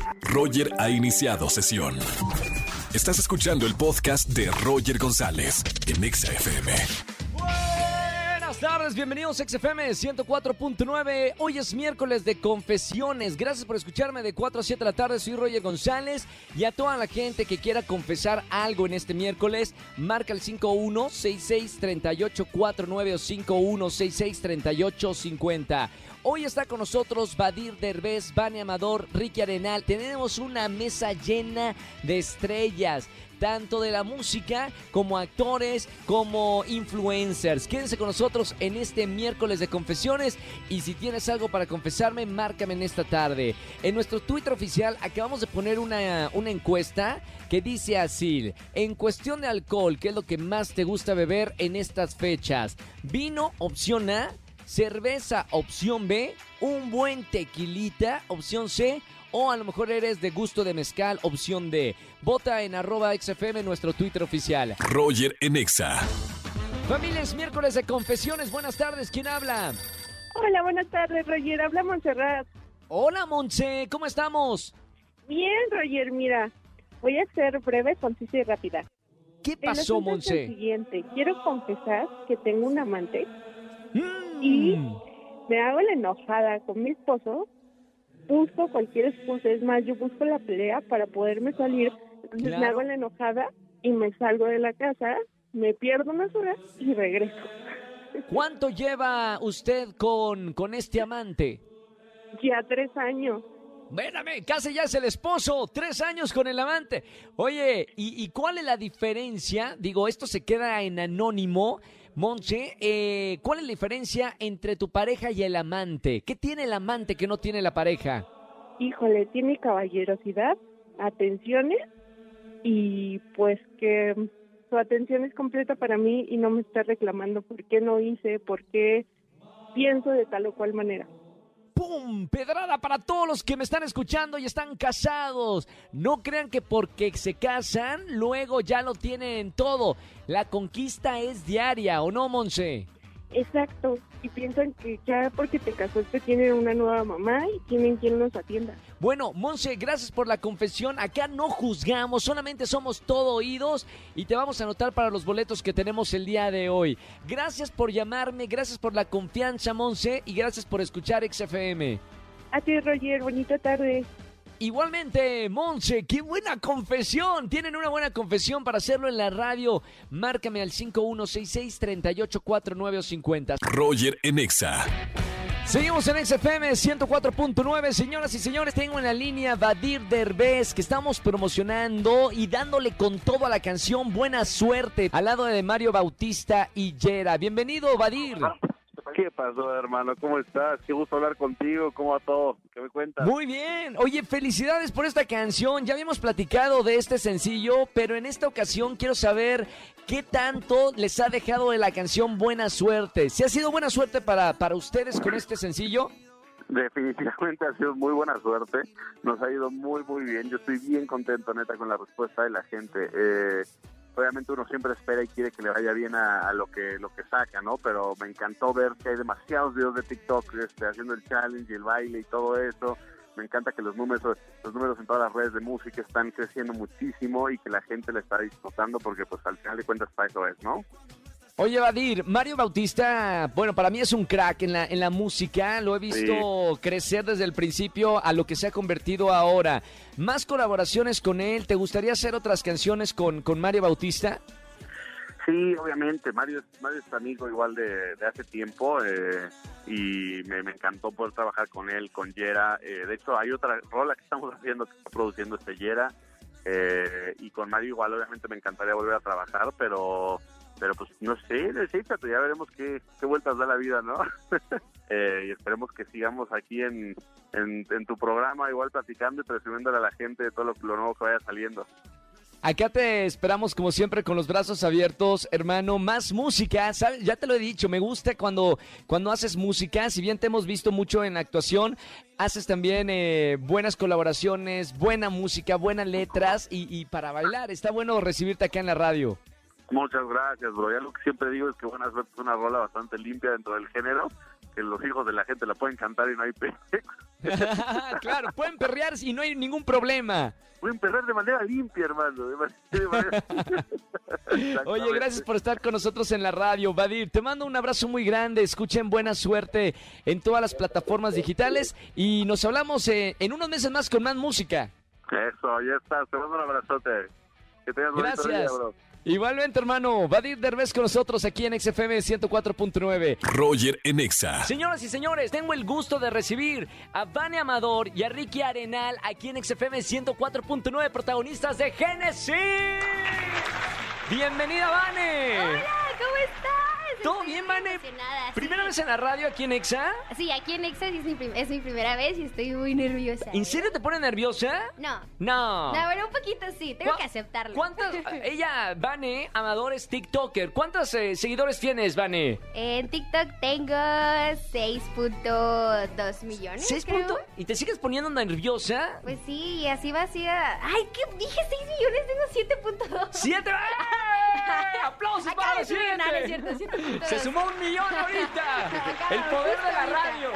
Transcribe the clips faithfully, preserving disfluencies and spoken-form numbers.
Roger ha iniciado sesión. Estás escuchando el podcast de Roger González en Exa F M. Buenas tardes, bienvenidos a Exa F M ciento cuatro punto nueve. Hoy es miércoles de confesiones. Gracias por escucharme de cuatro a siete de la tarde. Soy Roger González. Y a toda la gente que quiera confesar algo en este miércoles, marca el cinco uno seis seis tres ocho cuatro nueve o cinco uno seis seis tres ocho cinco cero. Hoy está con nosotros Badir Derbez, Vane Amador, Ricky Arenal. Tenemos una mesa llena de estrellas, tanto de la música como actores, como influencers. Quédense con nosotros en este miércoles de confesiones y si tienes algo para confesarme, márcame en esta tarde. En nuestro Twitter oficial acabamos de poner una, una encuesta que dice así: en cuestión de alcohol, ¿qué es lo que más te gusta beber en estas fechas? Vino, opción A; cerveza, opción B; un buen tequilita, opción C; o a lo mejor eres de gusto de mezcal, opción D. Vota en arroba X F M, nuestro Twitter oficial. Roger en Exa. Familia, es miércoles de confesiones. Buenas tardes, ¿quién habla? Hola, buenas tardes, Roger. Habla Montserrat. Hola, Montse, ¿cómo estamos? Bien, Roger, mira, voy a ser breve, concisa y rápida. ¿Qué pasó, El asunto es Montse? el siguiente, quiero confesar que tengo un amante Mm. y me hago la enojada con mi esposo. Busco cualquier excusa, es más, yo busco la pelea para poderme salir. Entonces Claro. me hago la enojada y me salgo de la casa, me pierdo unas horas y regreso. ¿Cuánto lleva usted con, con este amante? Ya tres años. Espérame, casi ya es el esposo, tres años con el amante. Oye, ¿y, y cuál es la diferencia? Digo, esto se queda en anónimo. Monche, eh, ¿cuál es la diferencia entre tu pareja y el amante? ¿Qué tiene el amante que no tiene la pareja? Híjole, tiene caballerosidad, atenciones y pues que su atención es completa para mí y no me está reclamando por qué no hice, por qué pienso de tal o cual manera. ¡Pum! Pedrada para todos los que me están escuchando y están casados. No crean que porque se casan, luego ya lo tienen todo. La conquista es diaria, ¿o no, Monse? Exacto, y piensan que ya porque te casaste tienen una nueva mamá y tienen quien los atienda. Bueno, Monse, gracias por la confesión. Acá no juzgamos, solamente somos todo oídos y te vamos a anotar para los boletos que tenemos el día de hoy. Gracias por llamarme, gracias por la confianza, Monse, y gracias por escuchar X F M. A ti, Roger, bonita tarde. Igualmente, Monse, qué buena confesión. Tienen una buena confesión para hacerlo en la radio. Márcame al cinco uno seis seis tres ocho cuatro nueve o cinco cero. Roger en Exa. Seguimos en X F M ciento cuatro punto nueve. Señoras y señores, tengo en la línea Badir Derbez, que estamos promocionando y dándole con todo a la canción Buena Suerte, al lado de Mario Bautista y Yera. Bienvenido, Badir. ¿Qué pasó, hermano? ¿Cómo estás? Qué gusto hablar contigo. ¿Cómo va todo? ¿Qué me cuentas? Muy bien. Oye, felicidades por esta canción. Ya habíamos platicado de este sencillo, pero en esta ocasión quiero saber qué tanto les ha dejado de la canción Buena Suerte. ¿Sí ha sido buena suerte para, para ustedes con este sencillo? Definitivamente ha sido muy buena suerte. Nos ha ido muy, muy bien. Yo estoy bien contento, neta, con la respuesta de la gente. Eh... Obviamente uno siempre espera y quiere que le vaya bien a, a lo que lo que saca, ¿no? Pero me encantó ver que hay demasiados videos de TikTok este, haciendo el challenge y el baile y todo eso. Me encanta que los números los números en todas las redes de música están creciendo muchísimo y que la gente le está disfrutando porque pues al final de cuentas para eso es, ¿no? Oye, Badir, Mario Bautista, bueno, para mí es un crack en la, en la música. Lo he visto sí. crecer desde el principio a lo que se ha convertido ahora. ¿Más colaboraciones con él? ¿Te gustaría hacer otras canciones con, con Mario Bautista? Sí, obviamente. Mario, Mario es amigo igual de, de hace tiempo eh, y me, me encantó poder trabajar con él, con Yera. Eh, de hecho, hay otra rola que estamos haciendo que está produciendo este Yera eh, y con Mario igual obviamente me encantaría volver a trabajar, pero... Pero pues no sé, necesito, ya veremos qué, qué vueltas da la vida, ¿no? eh, y esperemos que sigamos aquí en, en, en tu programa, igual platicando y presumiéndole a la gente de todo lo, lo nuevo que vaya saliendo. Acá te esperamos como siempre con los brazos abiertos, hermano. Más música, ¿sabes? Ya te lo he dicho, me gusta cuando, cuando haces música. Si bien te hemos visto mucho en actuación, haces también eh, buenas colaboraciones, buena música, buenas letras y, y para bailar. Está bueno recibirte acá en la radio. Muchas gracias, bro. Ya lo que siempre digo es que Buena Suerte es una rola bastante limpia dentro del género, que los hijos de la gente la pueden cantar y no hay pe... Claro, pueden perrear y no hay ningún problema. Pueden perrear de manera limpia, hermano. De manera, de manera... Oye, gracias por estar con nosotros en la radio, Vadir. Te mando un abrazo muy grande. Escuchen Buena Suerte en todas las plataformas digitales y nos hablamos eh, en unos meses más con más música. Eso, ya está. Te mando un abrazote. Que tengas un bonito día, bro. Igualmente, hermano. Vadir Derbez con nosotros aquí en X F M ciento cuatro punto nueve. Roger en Exa. Señoras y señores, tengo el gusto de recibir a Vane Amador y a Ricky Arenal aquí en X F M ciento cuatro punto nueve, protagonistas de Génesis. ¡Bienvenida, Vane! Hola, ¿cómo estás? ¿Todo Estoy bien, muy Vane? emocionada, ¿Primera sí. vez en la radio aquí en Exa? Sí, aquí en Exa es mi, prim- es mi primera vez y estoy muy nerviosa. ¿En serio te pone nerviosa? No. No. No, bueno, un poquito sí, tengo ¿Cu- que aceptarlo. ¿Cuántas? Ella, Vane Amador, es TikToker. ¿Cuántos eh, seguidores tienes, Vane? En TikTok tengo seis punto dos millones, ¿Seis creo. puntos? ¿Y te sigues poniendo nerviosa? Pues sí, y así va así a... ¡Ay, qué! Dije seis millones, tengo siete punto dos. ¡Siete! ¡Eh! ¡Aplausos Acaba para de los subir, siete! no, no es cierto, siete punto dos. Se sumó un millón ahorita. Acaba El poder justo de la ahorita. radio.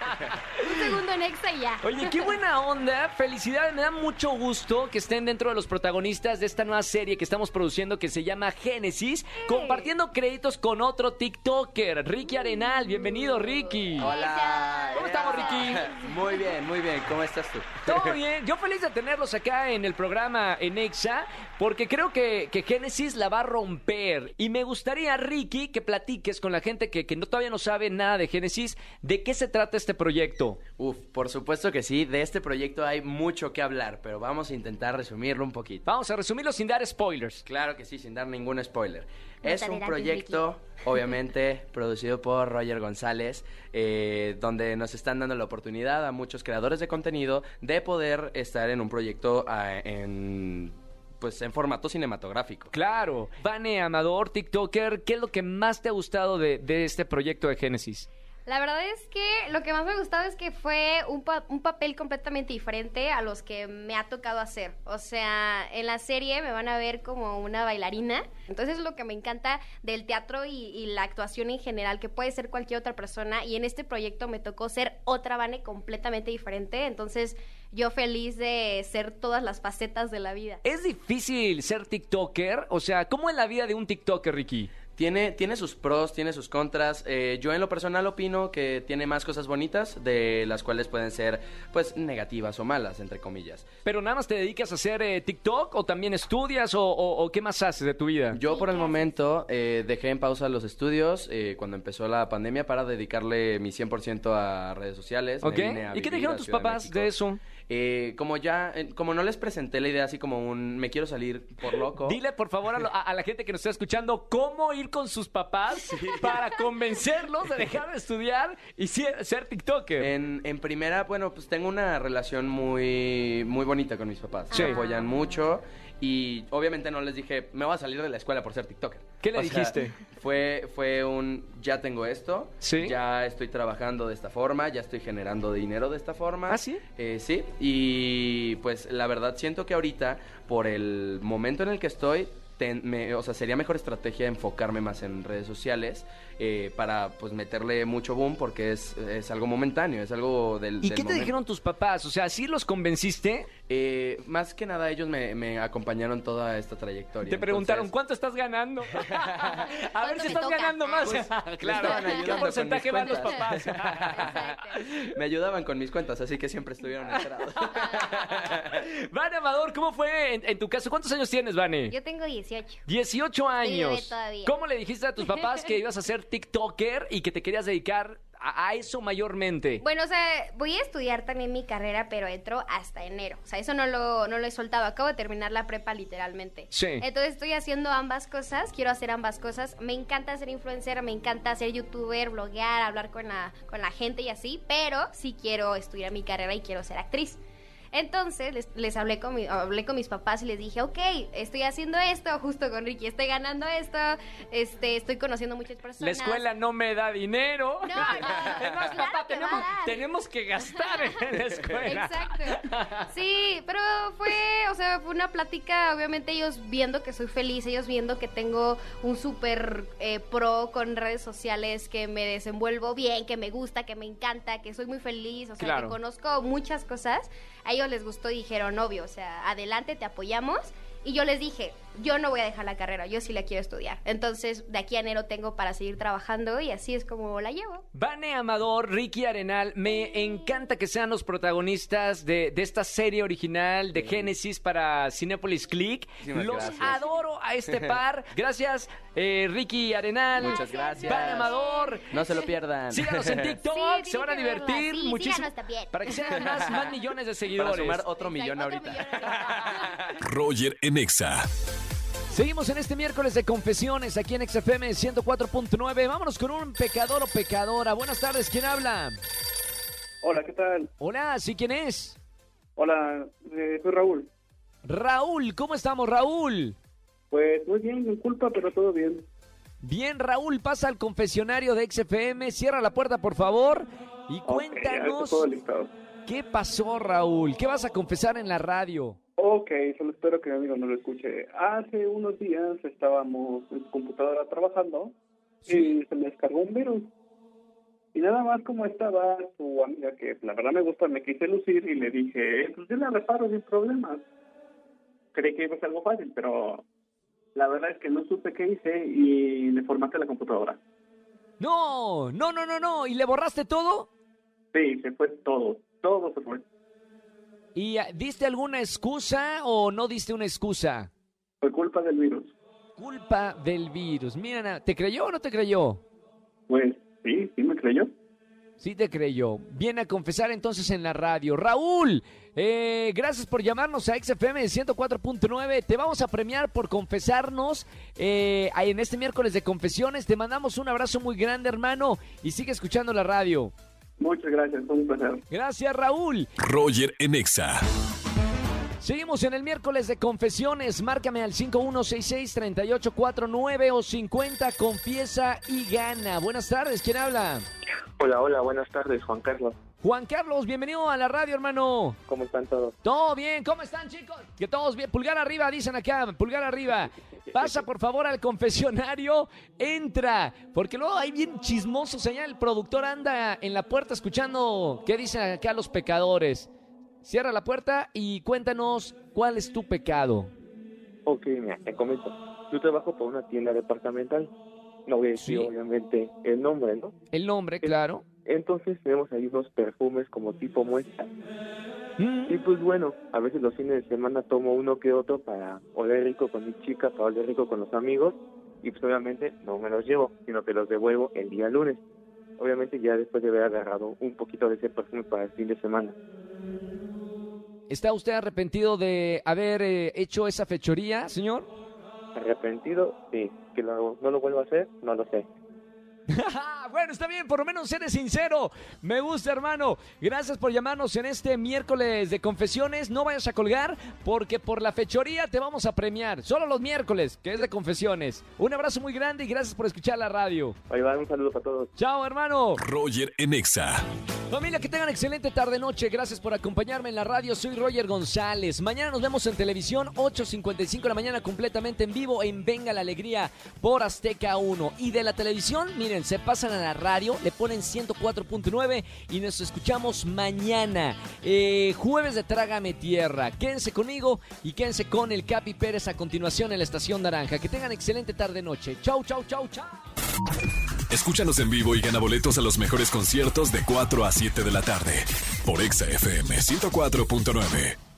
Un segundo en Exa y ya. Oye, qué buena onda. Felicidades, me da mucho gusto que estén dentro de los protagonistas de esta nueva serie que estamos produciendo que se llama Génesis, compartiendo créditos con otro TikToker, Ricky Arenal. Bienvenido, Ricky. Hola. ¿Cómo estamos, Ricky? Muy bien, muy bien. ¿Cómo estás tú? Todo bien, yo feliz de tenerlos acá en el programa en Exa, porque creo que, que Génesis la va a romper. Y me gustaría, Ricky, que platiques con la gente que, que no, todavía no sabe nada de Génesis, de qué se trata este proyecto. Uf, por supuesto que sí. De este proyecto hay mucho que hablar, pero vamos a intentar resumirlo un poquito. Vamos a resumirlo sin dar spoilers. Claro que sí, sin dar ningún spoiler. No Es te un adelantes, proyecto, obviamente, producido por Roger González, eh, donde nos están dando la oportunidad a muchos creadores de contenido de poder estar en un proyecto ah, en, pues, en formato cinematográfico. Claro. Vane Amador, TikToker, ¿qué es lo que más te ha gustado de, de este proyecto de Génesis? La verdad es que lo que más me ha gustado es que fue un, pa- un papel completamente diferente a los que me ha tocado hacer. O sea, en la serie me van a ver como una bailarina. Entonces lo que me encanta del teatro y, y la actuación en general, que puede ser cualquier otra persona. Y en este proyecto me tocó ser otra Vane completamente diferente. Entonces yo feliz de ser todas las facetas de la vida. ¿Es difícil ser TikToker? O sea, ¿cómo es la vida de un TikToker, Ricky? Tiene, tiene sus pros, tiene sus contras. Eh, yo en lo personal opino que tiene más cosas bonitas, de las cuales pueden ser, pues, negativas o malas, entre comillas. ¿Pero nada más te dedicas a hacer eh, TikTok o también estudias o, o- o qué más haces de tu vida? Yo Sí, por el ¿qué haces? momento eh, dejé en pausa los estudios eh, cuando empezó la pandemia para dedicarle mi cien por ciento a redes sociales. Me ¿Ok? vine a ¿Y qué te vivir dijeron a tus Ciudad de papás México. de eso? Eh, como ya, eh, como no les presenté la idea así como un me quiero salir por loco. Dile, por favor, a, lo- a- a la gente que nos está escuchando cómo ir con sus papás para convencerlos de dejar de estudiar y ser, ser TikToker. En, en primera, bueno, pues tengo una relación muy, muy bonita con mis papás. Sí. Me apoyan mucho y obviamente no les dije, me voy a salir de la escuela por ser TikToker. ¿Qué le O sea, dijiste? fue, fue un, ya tengo esto, Sí. ya estoy trabajando de esta forma, ya estoy generando dinero de esta forma. ¿Ah, sí? Eh, sí, y pues la verdad siento que ahorita, por el momento en el que estoy, ten- me- o sea, sería mejor estrategia enfocarme más en redes sociales eh, para pues meterle mucho boom porque es, es algo momentáneo, es algo del ¿Y del qué te momento. dijeron tus papás? O sea, ¿sí los convenciste? Eh, más que nada ellos me, me acompañaron toda esta trayectoria. Te preguntaron, Entonces, ¿cuánto estás ganando? A ver ¿Cuánto si me estás toca? ganando más. Pues, claro, estaban ayudando ¿qué con porcentaje mis van los cuentas. papás? Exacto. me ayudaban con mis cuentas, así que siempre estuvieron enterados. Vane Amador, ¿cómo fue en, en tu caso? ¿Cuántos años tienes, Vane? Yo tengo dieciocho. dieciocho años. bebé todavía. ¿Cómo le dijiste a tus papás que ibas a ser TikToker y que te querías dedicar a, a eso mayormente? Bueno, o sea, voy a estudiar también mi carrera, pero entro hasta enero. O sea, eso no lo, no lo he soltado. Acabo de terminar la prepa literalmente. Sí. Entonces estoy haciendo ambas cosas, quiero hacer ambas cosas. Me encanta ser influencer, me encanta ser youtuber, bloguear, hablar con la, con la gente y así, pero sí quiero estudiar mi carrera y quiero ser actriz. Entonces les, les hablé, con mi, hablé con mis papás y les dije, ok, estoy haciendo esto, justo con Ricky, estoy ganando esto, este, estoy conociendo muchas personas. La escuela no me da dinero. No, no, Es más, claro papá, que tenemos, va a dar. tenemos que gastar en la escuela. Exacto. Sí, pero fue, o sea, fue una plática, obviamente ellos viendo que soy feliz, ellos viendo que tengo un súper eh, pro con redes sociales, que me desenvuelvo bien, que me gusta, que me encanta, que soy muy feliz, o sea, Claro. que conozco muchas cosas. A ellos les gustó y dijeron, obvio, o sea, adelante, te apoyamos. Y yo les dije, yo no voy a dejar la carrera, yo sí la quiero estudiar. Entonces, de aquí a enero tengo para seguir trabajando y así es como la llevo. Vane Amador, Ricky Arenal, me encanta que sean los protagonistas de, de esta serie original de Génesis para Cinépolis Click. Muchísimas Los gracias. adoro a este par. Gracias, eh, Ricky Arenal. Muchas gracias. Vane Amador. No se lo pierdan. Síganos en TikTok, Sí, se van a tienen que verla. divertir Sí, muchísimo. síganos también. Para que sean más, más millones de Para seguidores. sumar otro millón Otro ahorita. millón ahorita. Roger en Exa. Seguimos en este miércoles de confesiones aquí en X F M ciento cuatro punto nueve. Vámonos con un pecador o pecadora. Buenas tardes, ¿quién habla? Hola, ¿qué tal? Hola, ¿sí quién es? Hola, eh, soy Raúl. Raúl, ¿cómo estamos, Raúl? Pues muy bien, sin culpa, pero todo bien. Bien, Raúl, pasa al confesionario de X F M, cierra la puerta, por favor, y Ok, ya cuéntanos está todo listado. qué pasó, Raúl. ¿Qué vas a confesar en la radio? Ok, solo espero que mi amigo no lo escuche. Hace unos días estábamos en su computadora trabajando y se me descargó un virus. Y nada más como estaba su amiga, que la verdad me gusta, me quise lucir y le dije, pues yo la reparo sin problemas. Creí que iba a ser algo fácil, pero la verdad es que no supe qué hice y le formateé la computadora. No, no, no, no, no. ¿Y le borraste todo? Sí, se fue todo, todo se fue. ¿Y ah, diste alguna excusa o no diste una excusa? Fue culpa del virus. Culpa del virus. Mira, na- ¿te creyó o no te creyó? Pues sí, sí me creyó. Sí te creyó. Viene a confesar entonces en la radio. Raúl, eh, gracias por llamarnos a X F M ciento cuatro punto nueve. Te vamos a premiar por confesarnos eh, en este miércoles de confesiones. Te mandamos un abrazo muy grande, hermano, y sigue escuchando la radio. Muchas gracias, fue un placer. Gracias, Raúl. Roger en Exa. Seguimos en el miércoles de confesiones. Márcame al cinco uno seis seis, tres ocho cuatro nueve o cincuenta. Confiesa y gana. Buenas tardes, ¿quién habla? Hola, hola, buenas tardes, Juan Carlos. Juan Carlos, bienvenido a la radio, hermano. ¿Cómo están todos? Todo bien, ¿cómo están, chicos? Que todos bien. Pulgar arriba, dicen acá, pulgar arriba. Pasa, por favor, al confesionario. Entra, porque luego hay bien chismosos allá. El productor anda en la puerta escuchando qué dicen acá los pecadores. Cierra la puerta y cuéntanos cuál es tu pecado. Ok, mira, te comento. Yo trabajo por una tienda departamental. No voy a decir, Sí. obviamente, el nombre, ¿no? El nombre, claro. Entonces tenemos ahí unos perfumes como tipo muestra. Mm, Y pues bueno, a veces los fines de semana tomo uno que otro para oler rico con mi chica, para oler rico con los amigos. Y pues obviamente no me los llevo, sino que los devuelvo el día lunes. Obviamente ya después de haber agarrado un poquito de ese perfume para el fin de semana. ¿Está usted arrepentido de haber eh, hecho esa fechoría, señor? ¿Arrepentido? Sí. ¿Que lo- no lo vuelvo a hacer? No lo sé. Bueno, está bien, por lo menos eres sincero. Me gusta, hermano. Gracias por llamarnos en este miércoles de confesiones. No vayas a colgar porque por la fechoría te vamos a premiar. Solo los miércoles, que es de confesiones. Un abrazo muy grande y gracias por escuchar la radio. Ahí va, un saludo para todos. Chao, hermano. Roger en Exa. Familia, que tengan excelente tarde-noche. Gracias por acompañarme en la radio. Soy Roger González. Mañana nos vemos en televisión, ocho cincuenta y cinco de la mañana, completamente en vivo en Venga la Alegría por Azteca uno. Y de la televisión, miren, se pasan a la radio, le ponen ciento cuatro punto nueve y nos escuchamos mañana. Eh, jueves de Trágame Tierra. Quédense conmigo y quédense con el Capi Pérez a continuación en la Estación Naranja. Que tengan excelente tarde-noche. Chau, chau, chau, chau. Escúchanos en vivo y gana boletos a los mejores conciertos de cuatro a siete de la tarde por Exa F M ciento cuatro punto nueve.